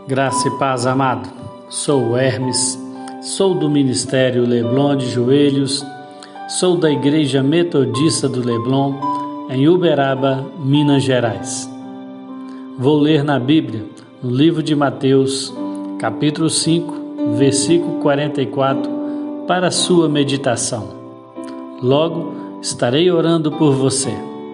Graça e paz, amado. Sou o Hermes, sou do Ministério Leblon de Joelhos, sou da Igreja Metodista do Leblon, em Uberaba, Minas Gerais. Vou ler na Bíblia, no livro de Mateus, capítulo 5, versículo 44, para a sua meditação. Logo estarei orando por você.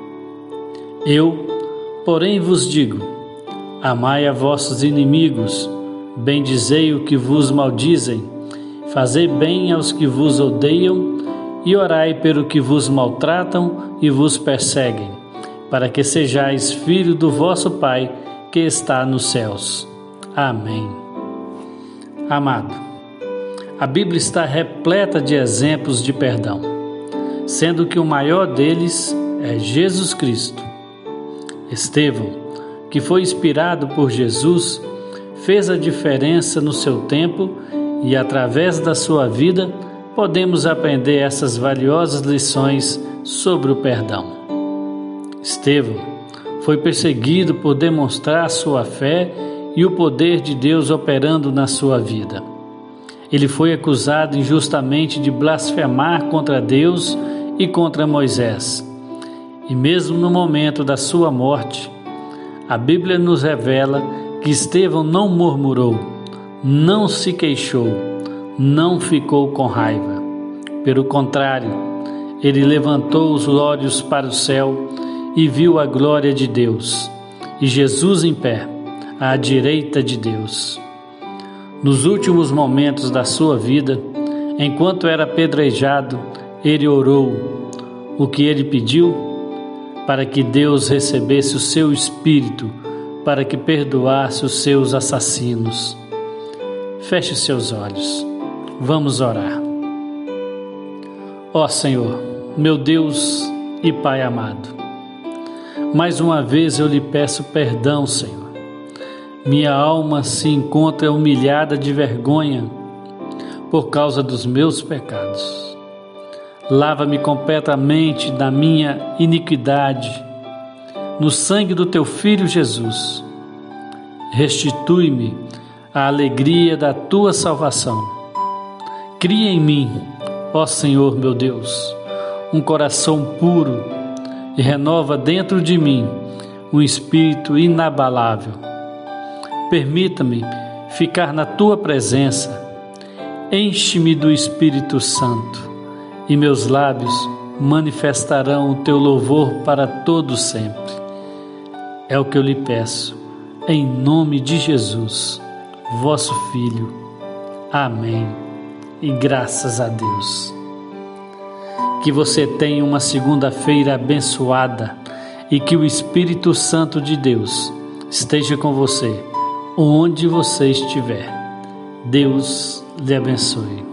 Eu, porém, vos digo: amai a vossos inimigos, bendizei o que vos maldizem, fazei bem aos que vos odeiam e orai pelo que vos maltratam e vos perseguem, para que sejais filho do vosso Pai que está nos céus. Amém. Amado, a Bíblia está repleta de exemplos de perdão, sendo que o maior deles é Jesus Cristo. Estevão, que foi inspirado por Jesus, fez a diferença no seu tempo e, através da sua vida, podemos aprender essas valiosas lições sobre o perdão. Estevão foi perseguido por demonstrar sua fé e o poder de Deus operando na sua vida. Ele foi acusado injustamente de blasfemar contra Deus e contra Moisés. E mesmo no momento da sua morte, a Bíblia nos revela que Estevão não murmurou, não se queixou, não ficou com raiva. Pelo contrário, ele levantou os olhos para o céu e viu a glória de Deus e Jesus em pé, à direita de Deus. Nos últimos momentos da sua vida, enquanto era apedrejado, ele orou. O que ele pediu? Para que Deus recebesse o seu Espírito, para que perdoasse os seus assassinos. Feche seus olhos. Vamos orar. Ó Senhor, meu Deus e Pai amado, mais uma vez eu lhe peço perdão, Senhor. Minha alma se encontra humilhada de vergonha por causa dos meus pecados. Lava-me completamente da minha iniquidade, no sangue do Teu Filho Jesus. Restitui-me a alegria da Tua salvação. Cria em mim, ó Senhor meu Deus, um coração puro e renova dentro de mim um espírito inabalável. Permita-me ficar na Tua presença. Enche-me do Espírito Santo e meus lábios manifestarão o Teu louvor para todo sempre. É o que eu lhe peço, em nome de Jesus, vosso Filho. Amém. E graças a Deus. Que você tenha uma segunda-feira abençoada e que o Espírito Santo de Deus esteja com você, onde você estiver. Deus lhe abençoe.